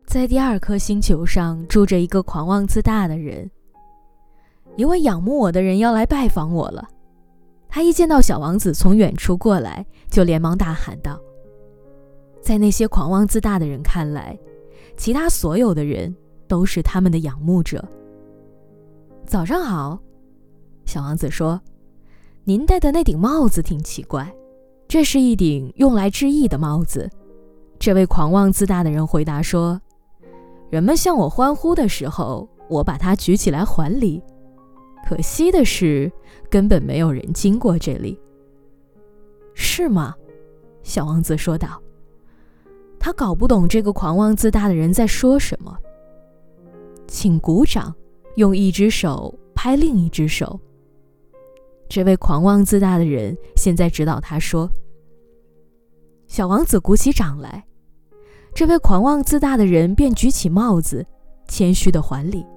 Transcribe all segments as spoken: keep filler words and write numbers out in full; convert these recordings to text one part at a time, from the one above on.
在第二颗星球上住着一个狂妄自大的人。一位仰慕我的人要来拜访我了。他一见到小王子从远处过来，就连忙大喊道：在那些狂妄自大的人看来，其他所有的人都是他们的仰慕者。早上好，小王子说，您戴的那顶帽子挺奇怪，这是一顶用来致意的帽子。这位狂妄自大的人回答说，人们向我欢呼的时候，我把它举起来还礼。可惜的是，根本没有人经过这里。是吗？小王子说道。他搞不懂这个狂妄自大的人在说什么。请鼓掌，用一只手拍另一只手。这位狂妄自大的人现在指导他说。小王子鼓起掌来，这位狂妄自大的人便举起帽子，谦虚地还礼。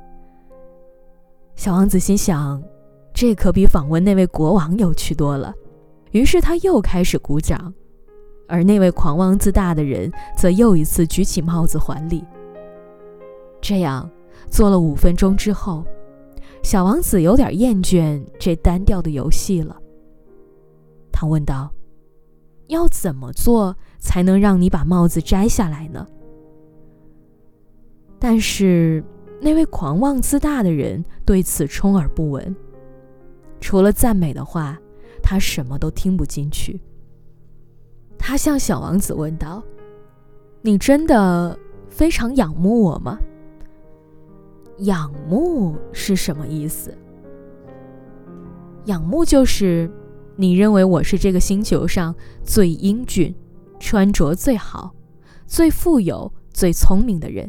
小王子心想，这可比访问那位国王有趣多了，于是他又开始鼓掌，而那位狂妄自大的人则又一次举起帽子还礼。这样做了五分钟之后，小王子有点厌倦这单调的游戏了。他问道，要怎么做才能让你把帽子摘下来呢？但是那位狂妄自大的人对此充耳不闻，除了赞美的话，他什么都听不进去。他向小王子问道，你真的非常仰慕我吗？仰慕是什么意思？仰慕就是你认为我是这个星球上最英俊、穿着最好、最富有、最聪明的人。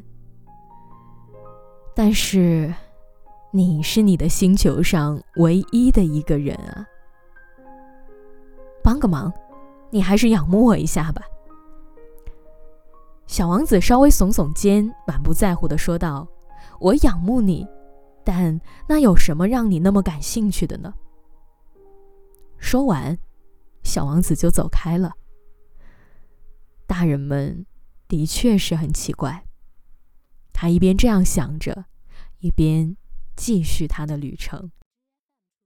但是你是你的星球上唯一的一个人啊。帮个忙，你还是仰慕我一下吧。小王子稍微耸耸肩，满不在乎地说道，我仰慕你，但那有什么让你那么感兴趣的呢？说完，小王子就走开了。大人们的确是很奇怪。他一边这样想着，一边继续他的旅程。